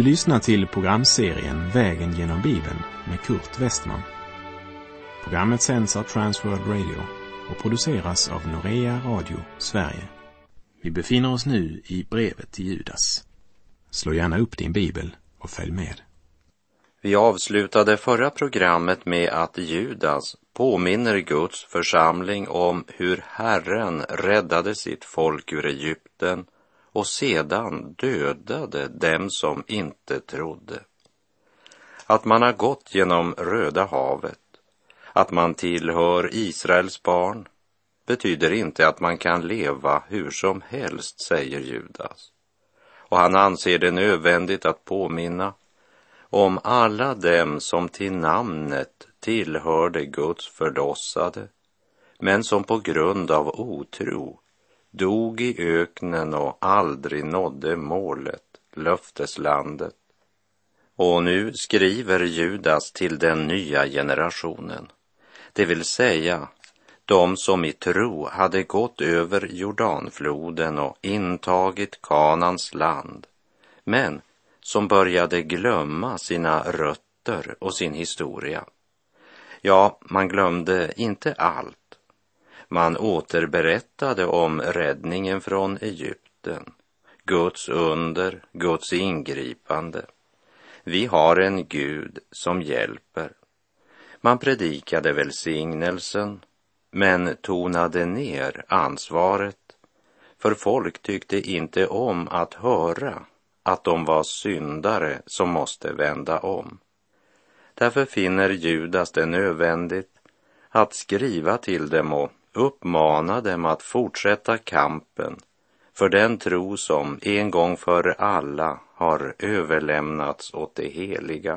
Du lyssnar till programserien Vägen genom Bibeln med Kurt Westman. Programmet sänds av Transworld Radio och produceras av Norea Radio Sverige. Vi befinner oss nu i brevet till Judas. Slå gärna upp din bibel och följ med. Vi avslutade förra programmet med att Judas påminner Guds församling om hur Herren räddade sitt folk ur Egypten och sedan dödade dem som inte trodde. Att man har gått genom Röda havet, att man tillhör Israels barn, betyder inte att man kan leva hur som helst, säger Judas. Och han anser det nödvändigt att påminna om alla dem som till namnet tillhörde Guds förlossade, men som på grund av otro dog i öknen och aldrig nådde målet, löfteslandet. Och nu skriver Judas till den nya generationen, det vill säga de som i tro hade gått över Jordanfloden och intagit Kanans land, men som började glömma sina rötter och sin historia. Ja, man glömde inte allt. Man återberättade om räddningen från Egypten, Guds under, Guds ingripande. Vi har en Gud som hjälper. Man predikade välsignelsen, men tonade ner ansvaret, för folk tyckte inte om att höra att de var syndare som måste vända om. Därför finner Judas det nödvändigt att skriva till dem och uppmana dem att fortsätta kampen för den tro som en gång för alla har överlämnats åt det heliga.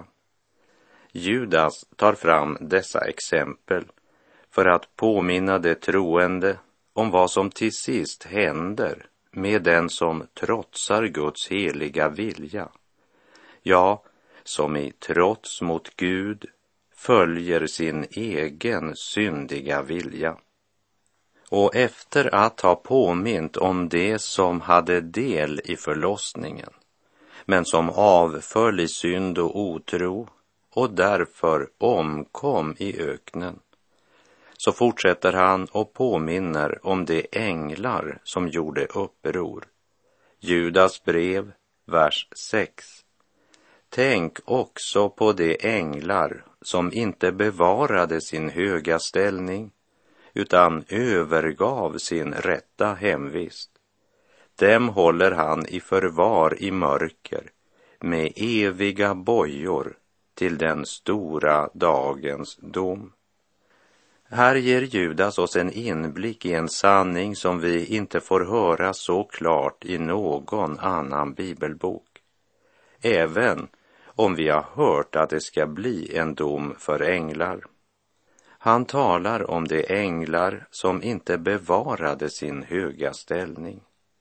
Judas tar fram dessa exempel för att påminna de troende om vad som till sist händer med den som trotsar Guds heliga vilja. Ja, som i trots mot Gud följer sin egen syndiga vilja. Och efter att ha påmint om det som hade del i förlossningen, men som avföll i synd och otro och därför omkom i öknen, så fortsätter han och påminner om de änglar som gjorde uppror. Judas brev, vers 6. Tänk också på de änglar som inte bevarade sin höga ställning, utan övergav sin rätta hemvist. Dem håller han i förvar i mörker med eviga bojor till den stora dagens dom. Här ger Judas oss en inblick i en sanning som vi inte får höra så klart i någon annan bibelbok. Även om vi har hört att det ska bli en dom för änglar. Han talar om de änglar som inte bevarade sin höga ställning.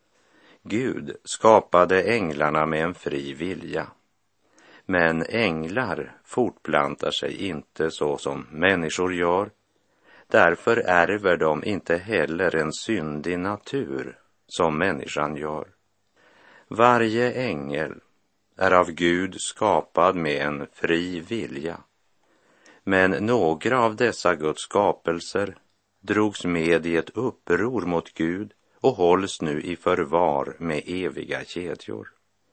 Gud skapade änglarna med en fri vilja. Men änglar fortplantar sig inte så som människor gör. Därför ärver de inte heller en syndig natur som människan gör. Varje ängel är av Gud skapad med en fri vilja. Men några av dessa Guds skapelser drogs med i ett uppror mot Gud och hålls nu i förvar med eviga kedjor.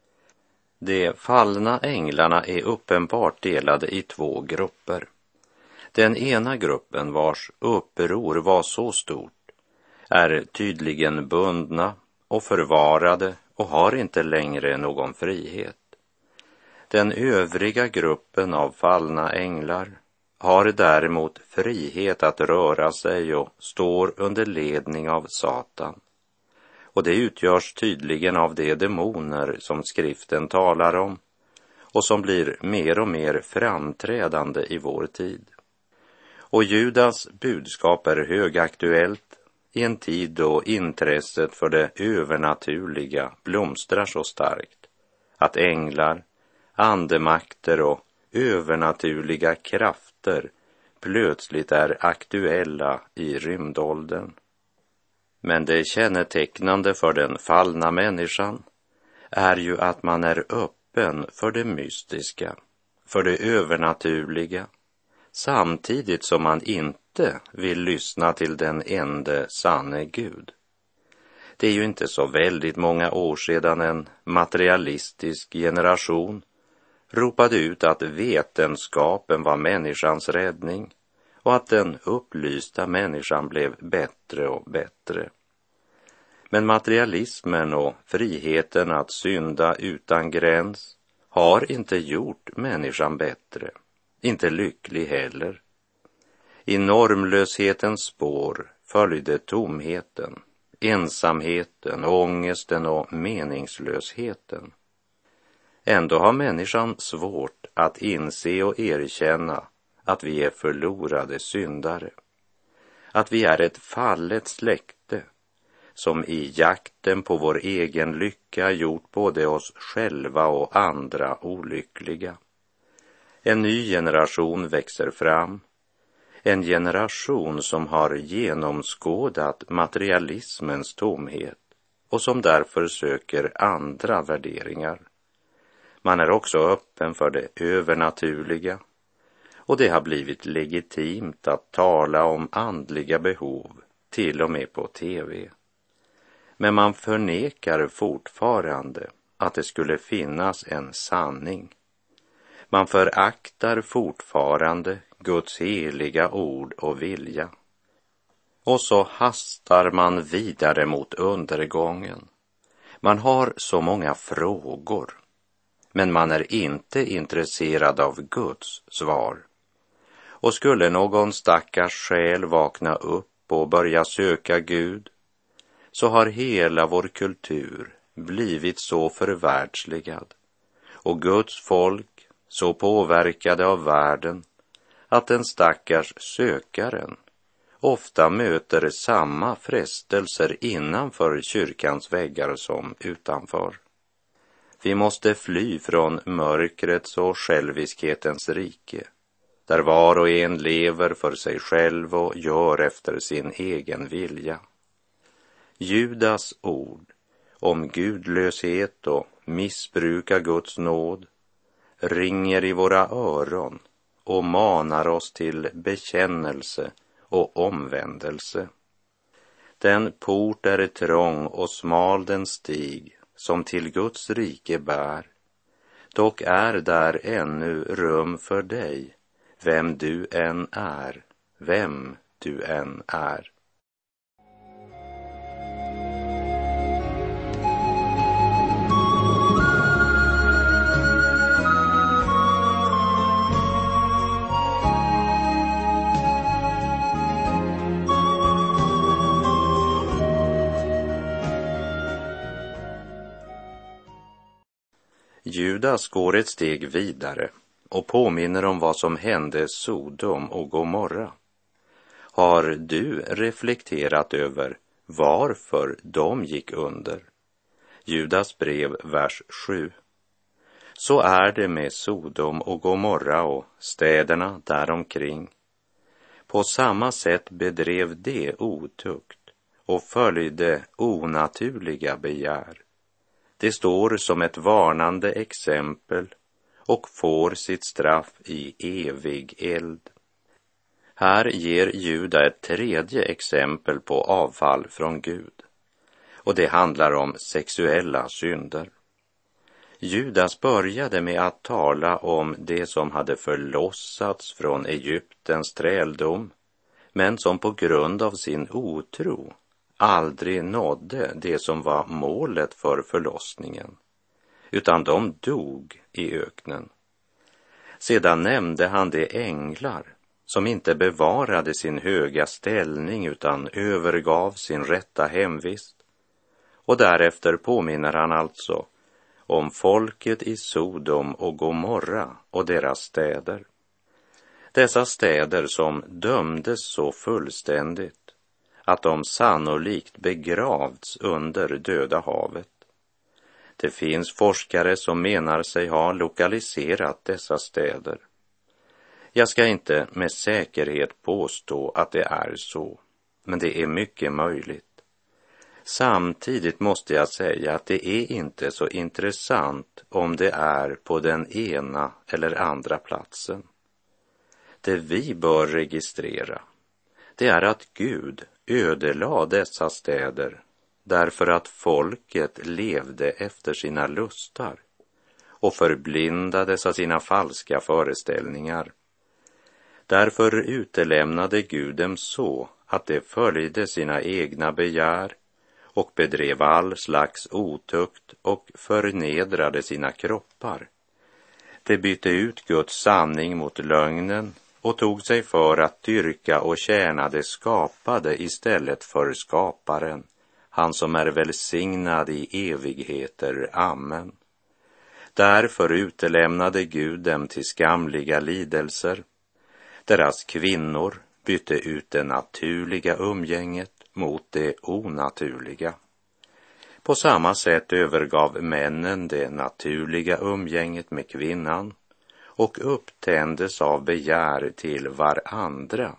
De fallna änglarna är uppenbart delade i två grupper. Den ena gruppen, vars uppror var så stort, är tydligen bundna och förvarade och har inte längre någon frihet. Den övriga gruppen av fallna änglar har däremot frihet att röra sig och står under ledning av Satan. Och det utgörs tydligen av de demoner som skriften talar om och som blir mer och mer framträdande i vår tid. Och Judas budskap är högaktuellt i en tid då intresset för det övernaturliga blomstrar så starkt att änglar, andemakter och övernaturliga krafter plötsligt är aktuella i rymdåldern. Men det kännetecknande för den fallna människan är ju att man är öppen öppen för det mystiska, för det övernaturliga, samtidigt som man inte vill lyssna till den ende sanne Gud. Det är ju inte så väldigt många år sedan en materialistisk generation ropade ut att vetenskapen var människans räddning och att den upplysta människan blev bättre och bättre. Men materialismen och friheten att synda utan gräns har inte gjort människan bättre, inte lycklig heller. I normlöshetens spår följde tomheten, ensamheten, ångesten och meningslösheten. Ändå har människan svårt att inse och erkänna att vi är förlorade syndare, att vi är ett fallet släkte som i jakten på vår egen lycka gjort både oss själva och andra olyckliga. En ny generation växer fram, en generation som har genomskådat materialismens tomhet och som därför söker andra värderingar. Man är också öppen för det övernaturliga, och det har blivit legitimt att tala om andliga behov, till och med på TV. Men man förnekar fortfarande att det skulle finnas en sanning. Man föraktar fortfarande Guds heliga ord och vilja. Och så hastar man vidare mot undergången. Man har så många frågor, men man är inte intresserad av Guds svar. Och skulle någon stackars själ vakna upp och börja söka Gud, så har hela vår kultur blivit så förvärldsligad och Guds folk så påverkade av världen att den stackars sökaren ofta möter samma frestelser innanför kyrkans väggar som utanför. Vi måste fly från mörkrets och själviskhetens rike, där var och en lever för sig själv och gör efter sin egen vilja. Judas ord om gudlöshet och missbruk av Guds nåd ringer i våra öron och manar oss till bekännelse och omvändelse. Den port är trång och smal den stig som till Guds rike bär. Dock är där ännu rum för dig, vem du än är, vem du än är. Judas går ett steg vidare och påminner om vad som hände Sodom och Gomorra. Har du reflekterat över varför de gick under? Judas brev, vers 7. Så är det med Sodom och Gomorra och städerna däromkring. På samma sätt bedrev de otukt och följde onaturliga begär. Det står som ett varnande exempel och får sitt straff i evig eld. Här ger Juda ett tredje exempel på avfall från Gud, och det handlar om sexuella synder. Judas började med att tala om det som hade förlossats från Egyptens träldom, men som på grund av sin otro aldrig nådde det som var målet för förlossningen, utan de dog i öknen. Sedan nämnde han de änglar som inte bevarade sin höga ställning utan övergav sin rätta hemvist. Och därefter påminner han alltså om folket i Sodom och Gomorra och deras städer. Dessa städer som dömdes så fullständigt att de sannolikt begravts under Döda havet. Det finns forskare som menar sig ha lokaliserat dessa städer. Jag ska inte med säkerhet påstå att det är så, men det är mycket möjligt. Samtidigt måste jag säga att det är inte så intressant om det är på den ena eller andra platsen. Det vi bör registrera, det är att Gud ödelade dessa städer därför att folket levde efter sina lustar och förblindades av sina falska föreställningar. Därför utelämnade Gud dem så att de följde sina egna begär och bedrev all slags otukt och förnedrade sina kroppar. De bytte ut Guds sanning mot lögnen och tog sig för att dyrka och tjäna det skapade istället för skaparen, han som är välsignad i evigheter. Amen. Därför utelämnade Gud dem till skamliga lidelser. Deras kvinnor bytte ut det naturliga umgänget mot det onaturliga. På samma sätt övergav männen det naturliga umgänget med kvinnan och upptändes av begär till varandra.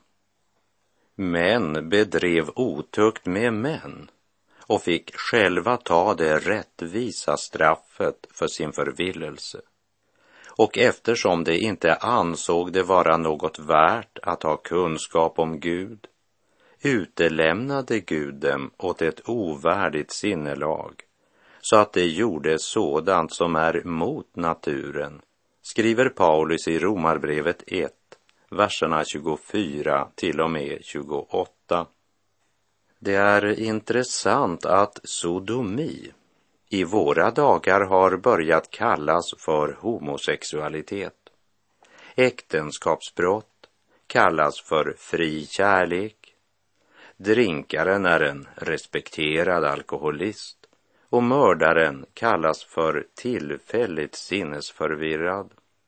Män bedrev otukt med män och fick själva ta det rättvisa straffet för sin förvillelse. Och eftersom de inte ansåg det vara något värt att ha kunskap om Gud, utelämnade Gud dem åt ett ovärdigt sinnelag, så att de gjorde sådant som är mot naturen, skriver Paulus i Romarbrevet 1, verserna 24 till och med 28. Det är intressant att sodomi i våra dagar har börjat kallas för homosexualitet. Äktenskapsbrott kallas för fri kärlek. Drinkaren är en respekterad alkoholist och mördaren kallas för tillfälligt sinnesförvirrad.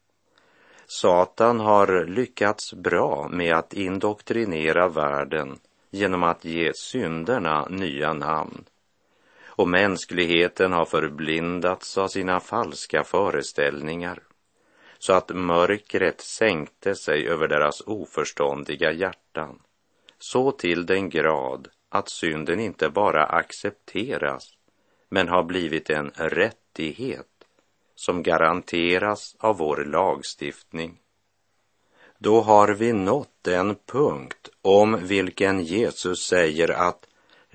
Satan har lyckats bra med att indoktrinera världen genom att ge synderna nya namn. Och mänskligheten har förblindats av sina falska föreställningar, så att mörkret sänkte sig över deras oförståndiga hjärtan, så till den grad att synden inte bara accepteras, men har blivit en rättighet som garanteras av vår lagstiftning. Då har vi nått den punkt om vilken Jesus säger att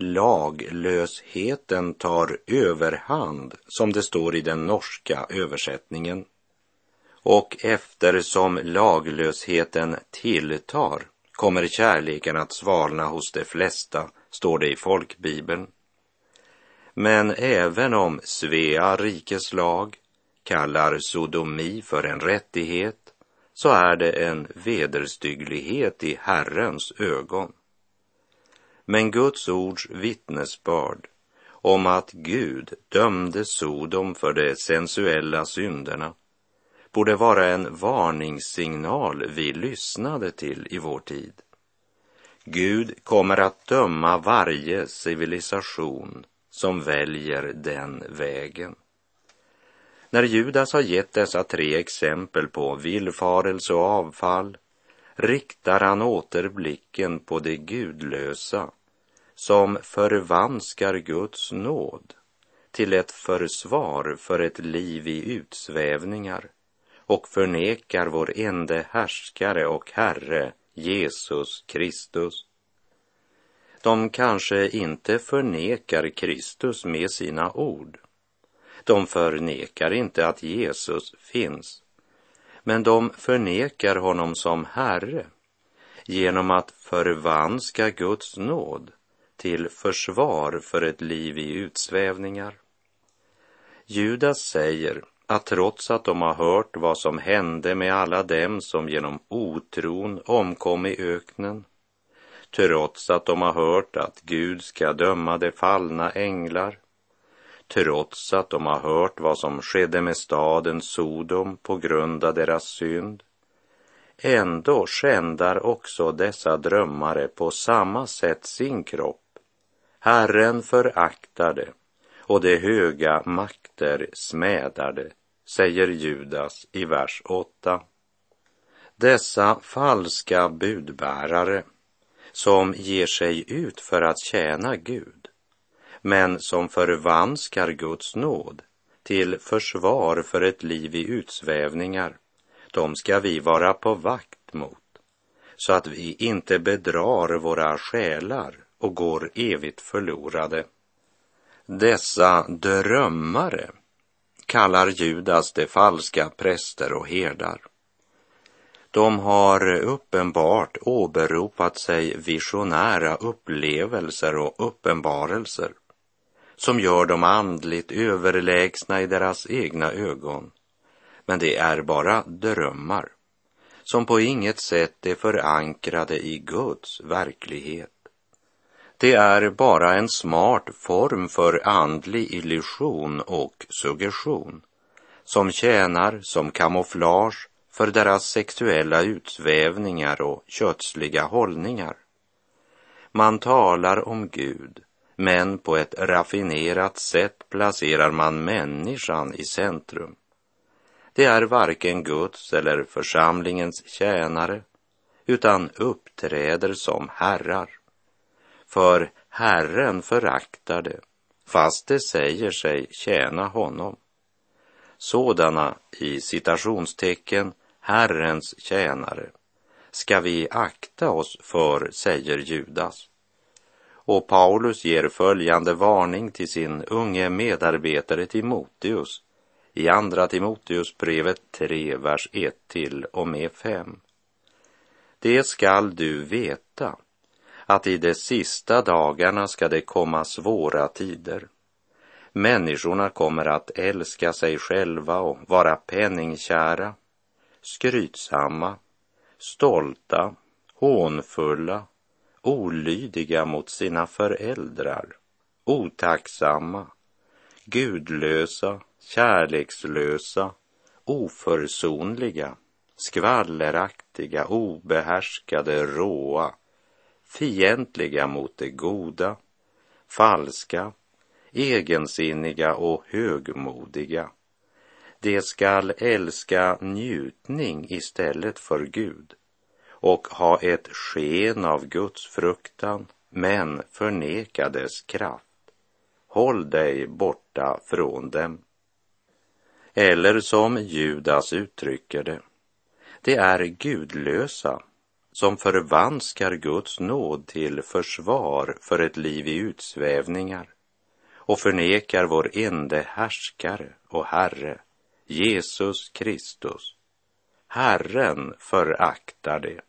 laglösheten tar överhand, som det står i den norska översättningen. Och eftersom laglösheten tilltar kommer kärleken att svalna hos de flesta, står det i folkbibeln. Men även om Svea rikes lag kallar sodomi för en rättighet, så är det en vederstygglighet i Herrens ögon. Men Guds ords vittnesbörd om att Gud dömde Sodom för de sensuella synderna borde vara en varningssignal vi lyssnade till i vår tid. Gud kommer att döma varje civilisation som väljer den vägen. När Judas har gett dessa 3 exempel på villfarelse och avfall, riktar han åter blicken på det gudlösa som förvanskar Guds nåd till ett försvar för ett liv i utsvävningar och förnekar vår ende härskare och Herre, Jesus Kristus. De kanske inte förnekar Kristus med sina ord. De förnekar inte att Jesus finns, men de förnekar honom som Herre genom att förvanska Guds nåd till försvar för ett liv i utsvävningar. Judas säger att trots att de har hört vad som hände med alla dem som genom otron omkom i öknen, trots att de har hört att Gud ska döma de fallna änglar, trots att de har hört vad som skedde med staden Sodom på grund av deras synd, ändå skändar också dessa drömmare på samma sätt sin kropp. Herren föraktade och de höga makter smädade, säger Judas i vers 8. Dessa falska budbärare som ger sig ut för att tjäna Gud men som förvanskar Guds nåd till försvar för ett liv i utsvävningar, de ska vi vara på vakt mot, så att vi inte bedrar våra själar och går evigt förlorade. Dessa drömmare kallar Judas de falska präster och herdar. De har uppenbart åberopat sig visionära upplevelser och uppenbarelser som gör dem andligt överlägsna i deras egna ögon. Men det är bara drömmar som på inget sätt är förankrade i Guds verklighet. Det är bara en smart form för andlig illusion och suggestion som tjänar som kamouflage för deras sexuella utsvävningar och kötsliga hållningar. Man talar om Gud, men på ett raffinerat sätt placerar man människan i centrum. Det är varken Guds eller församlingens tjänare, utan uppträder som herrar. För Herren föraktar det, fast det säger sig tjäna honom. Sådana, i citationstecken, Herrens tjänare, ska vi akta oss för, säger Judas. Och Paulus ger följande varning till sin unge medarbetare Timoteus i andra Timoteusbrevet 3, vers 1-5. Det skall du veta, att i de sista dagarna ska det komma svåra tider. Människorna kommer att älska sig själva och vara penningkära, skrytsamma, stolta, hånfulla, olydiga mot sina föräldrar, otacksamma, gudlösa, kärlekslösa, oförsonliga, skvalleraktiga, obehärskade, råa, fientliga mot det goda, falska, egensinniga och högmodiga. De skall älska njutning istället för Gud och ha ett sken av Guds fruktan, men förneka dess kraft. Håll dig borta från dem. Eller som Judas uttrycker det, det är gudlösa som förvanskar Guds nåd till försvar för ett liv i utsvävningar och förnekar vår ende härskare och Herre, Jesus Kristus. Herren föraktar det.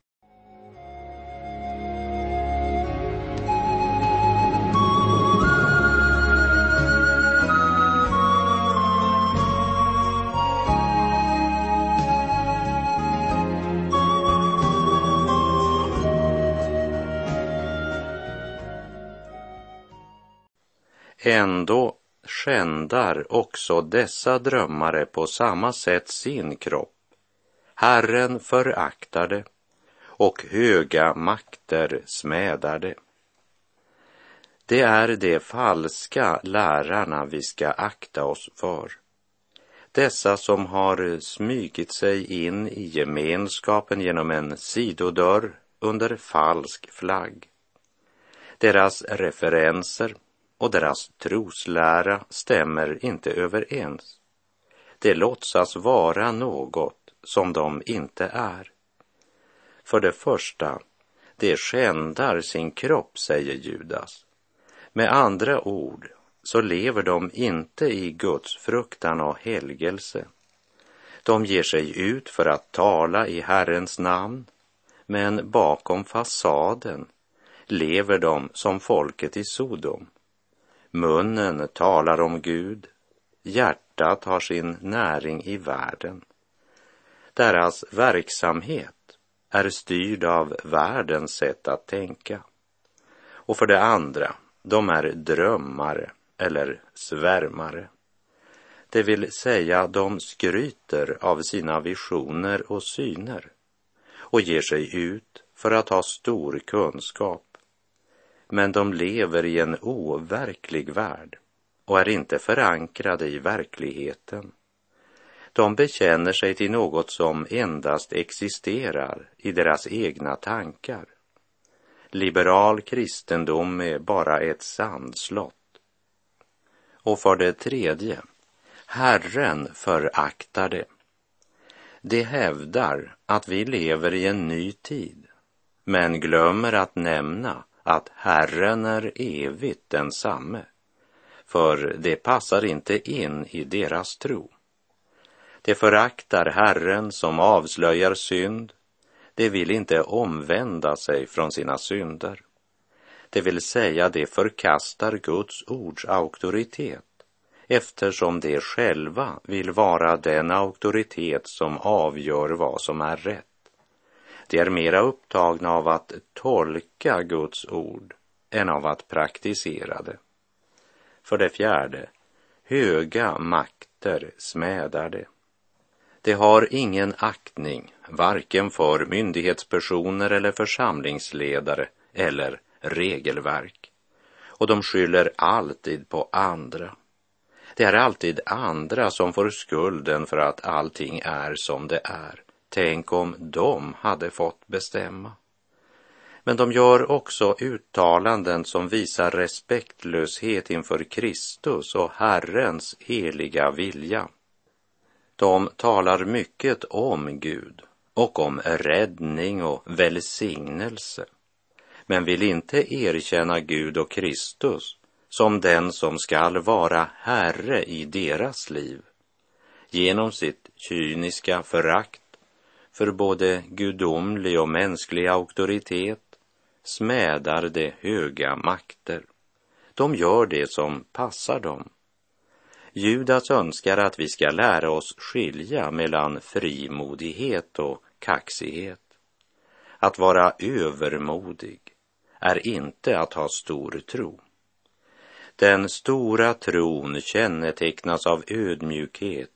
Ändå skändar också dessa drömmare på samma sätt sin kropp. Herren föraktar det och höga makter smädar det. Det är de falska lärarna vi ska akta oss för. Dessa som har smygit sig in i gemenskapen genom en sidodörr under falsk flagg. Deras referenser och deras troslära stämmer inte överens. Det låtsas vara något som de inte är. För det första, det skändar sin kropp, säger Judas. Med andra ord så lever de inte i Guds fruktan och helgelse. De ger sig ut för att tala i Herrens namn, men bakom fasaden lever de som folket i Sodom. Munnen talar om Gud, hjärtat har sin näring i världen. Deras verksamhet är styrd av världens sätt att tänka. Och för det andra, de är drömmare eller svärmare. Det vill säga, de skryter av sina visioner och syner och ger sig ut för att ha stor kunskap. Men de lever i en overklig värld och är inte förankrade i verkligheten. De bekänner sig till något som endast existerar i deras egna tankar. Liberal kristendom är bara ett sandslott Och för det tredje, Herren föraktar det. Det hävdar att vi lever i en ny tid, men glömmer att nämna att Herren är evigt densamme, för det passar inte in i deras tro. Det föraktar Herren som avslöjar synd, det vill inte omvända sig från sina synder. Det vill säga, det förkastar Guds ords auktoritet, eftersom de själva vill vara den auktoritet som avgör vad som är rätt. De är mera upptagna av att tolka Guds ord än av att praktisera det. För det fjärde, höga makter smädar det. Det har ingen aktning, varken för myndighetspersoner eller församlingsledare eller regelverk. Och de skyller alltid på andra. Det är alltid andra som får skulden för att allting är som det är. Tänk om de hade fått bestämma. Men de gör också uttalanden som visar respektlöshet inför Kristus och Herrens heliga vilja. De talar mycket om Gud och om räddning och välsignelse, men vill inte erkänna Gud och Kristus som den som skall vara Herre i deras liv. Genom sitt kyniska förakt för både gudomlig och mänsklig auktoritet smädar de höga makter. De gör det som passar dem. Judas önskar att vi ska lära oss skilja mellan frimodighet och kaxighet. Att vara övermodig är inte att ha stor tro. Den stora tron kännetecknas av ödmjukhet,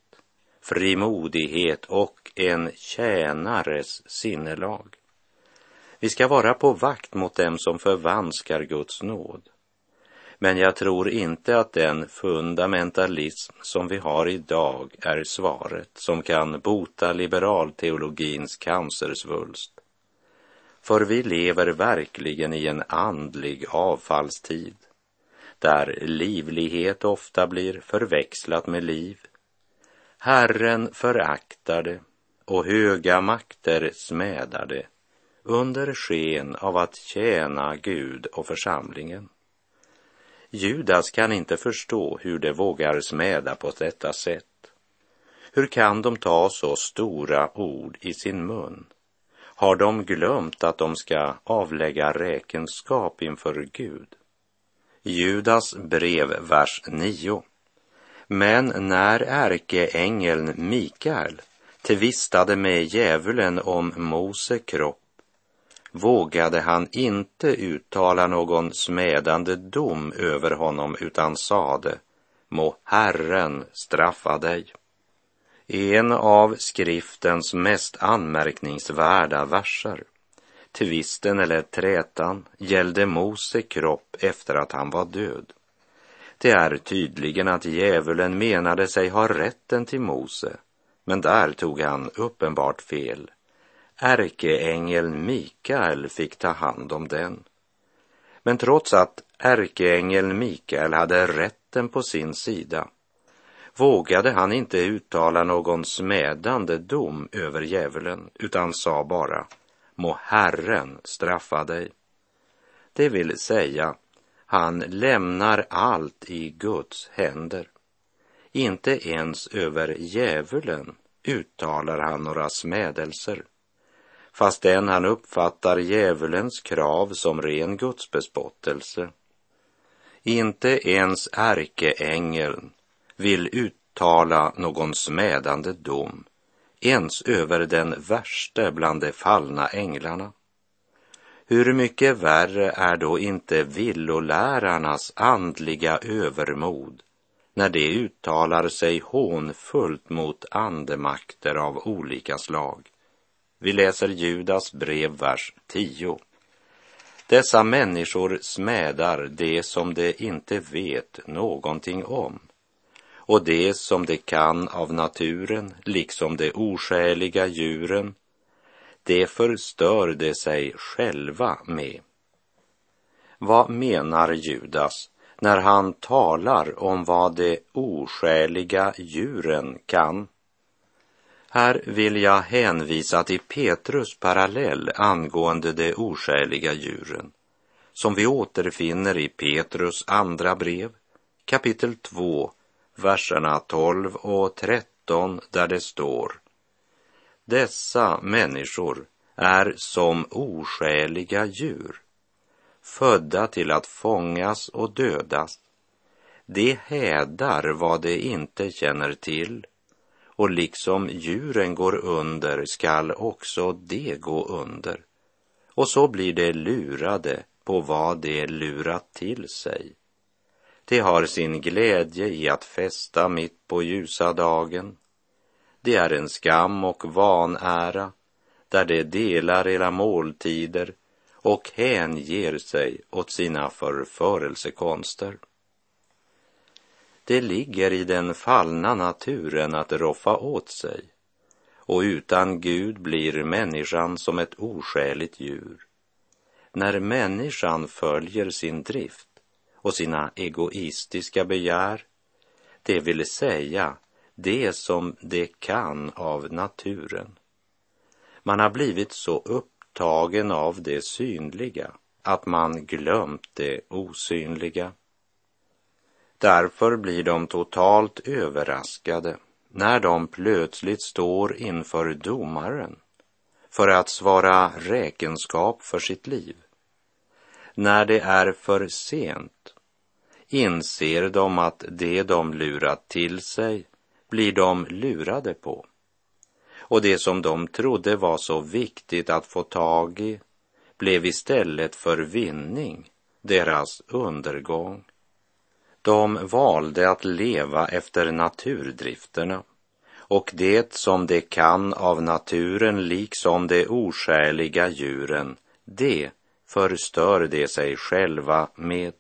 frimodighet och en tjänares sinnelag. Vi ska vara på vakt mot dem som förvanskar Guds nåd. Men jag tror inte att den fundamentalism som vi har idag är svaret som kan bota liberalteologins cancersvulst. För vi lever verkligen i en andlig avfallstid, där livlighet ofta blir förväxlat med liv. Herren föraktar det och höga makter smädar det under sken av att tjäna Gud och församlingen. Judas kan inte förstå hur de vågar smäda på detta sätt. Hur kan de ta så stora ord i sin mun? Har de glömt att de ska avlägga räkenskap inför Gud? Judas brev, vers 9. Men när ärkeängeln Mikael tvistade med djävulen om Mose kropp, vågade han inte uttala någon smädande dom över honom, utan sade: må Herren straffa dig. En av skriftens mest anmärkningsvärda verser, tvisten eller trätan, gällde Mose kropp efter att han var död. Det är tydligen att djävulen menade sig ha rätten till Mose, men där tog han uppenbart fel. Ärkeängeln Mikael fick ta hand om den. Men trots att ärkeängeln Mikael hade rätten på sin sida, vågade han inte uttala någon smädande dom över djävulen, utan sa bara: må Herren straffa dig. Det vill säga, han lämnar allt i Guds händer. Inte ens över djävulen uttalar han några smädelser, fastän han uppfattar djävulens krav som ren gudsbespottelse. Inte ens ärkeängeln vill uttala någon smädande dom, ens över den värste bland de fallna änglarna. Hur mycket värre är då inte villolärarnas andliga övermod när de uttalar sig hånfullt mot andemakter av olika slag. Vi läser Judas brev, vers 10. Dessa människor smädar det som de inte vet någonting om, och det som de kan av naturen, liksom de oskäliga djuren, det förstör de sig själva med. Vad menar Judas när han talar om vad de oskäliga djuren kan. Här vill jag hänvisa till Petrus parallell angående de oskäliga djuren, som vi återfinner i Petrus andra brev, kapitel 2, verserna 12 och 13, där det står: dessa människor är som oskäliga djur, födda till att fångas och dödas. De hädar vad de inte känner till, och liksom djuren går under skall också de gå under. Och så blir de lurade på vad de lurat till sig. De har sin glädje i att festa mitt på ljusa dagen. Det är en skam och vanära, där de delar era måltider och hänger sig åt sina förförelsekonster. Det ligger i den fallna naturen att roffa åt sig, och utan Gud blir människan som ett oskäligt djur. När människan följer sin drift och sina egoistiska begär, det vill säga det som det kan av naturen. Man har blivit så upptagen av det synliga att man glömt det osynliga. Därför blir de totalt överraskade när de plötsligt står inför domaren för att svara räkenskap för sitt liv. När det är för sent inser de att det de lurat till sig blir de lurade på. Och det som de trodde var så viktigt att få tag i blev istället för vinning deras undergång. De valde att leva efter naturdrifterna, och det som de kan av naturen liksom de oskäliga djuren, det förstör de sig själva med.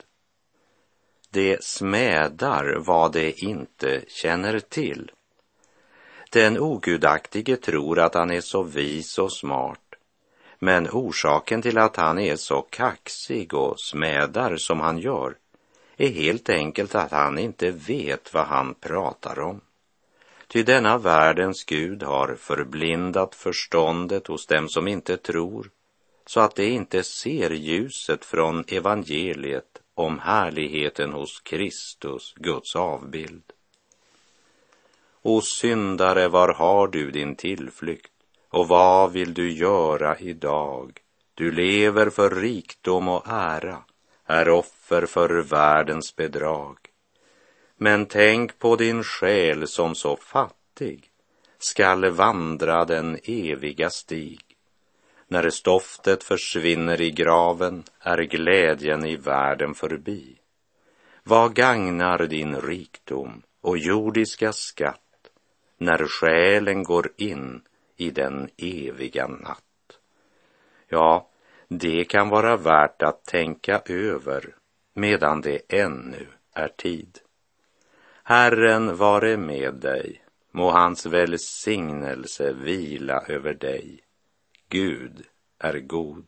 De smädar vad de inte känner till. Den ogudaktige tror att han är så vis och smart, men orsaken till att han är så kaxig och smädar som han gör är helt enkelt att han inte vet vad han pratar om. Ty denna världens Gud har förblindat förståndet hos dem som inte tror, så att de inte ser ljuset från evangeliet om härligheten hos Kristus, Guds avbild. O syndare, var har du din tillflykt, och vad vill du göra idag? Du lever för rikdom och ära, är offer för världens bedrag. Men tänk på din själ som så fattig skall vandra den eviga stig. När stoftet försvinner i graven är glädjen i världen förbi. Vad gagnar din rikdom och jordiska skatt när själen går in i den eviga natt? Ja, det kan vara värt att tänka över medan det ännu är tid. Herren vare med dig, må hans välsignelse vila över dig. Gud är god.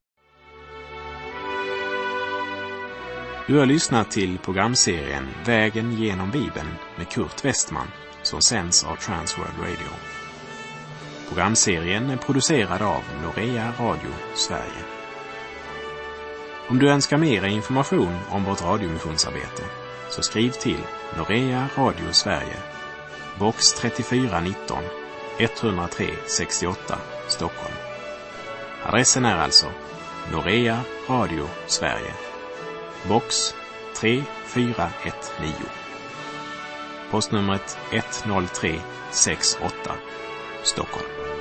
Du har lyssnat till programserien Vägen genom Bibeln med Kurt Westman, som sänds av Transworld Radio. Programserien är producerad av Norea Radio Sverige. Om du önskar mer information om vårt radiomissionsarbete, så skriv till Norea Radio Sverige, box 3419 103 68 Stockholm. Adressen är alltså Norea Radio Sverige, box 3419. Postnumret 10368 Stockholm.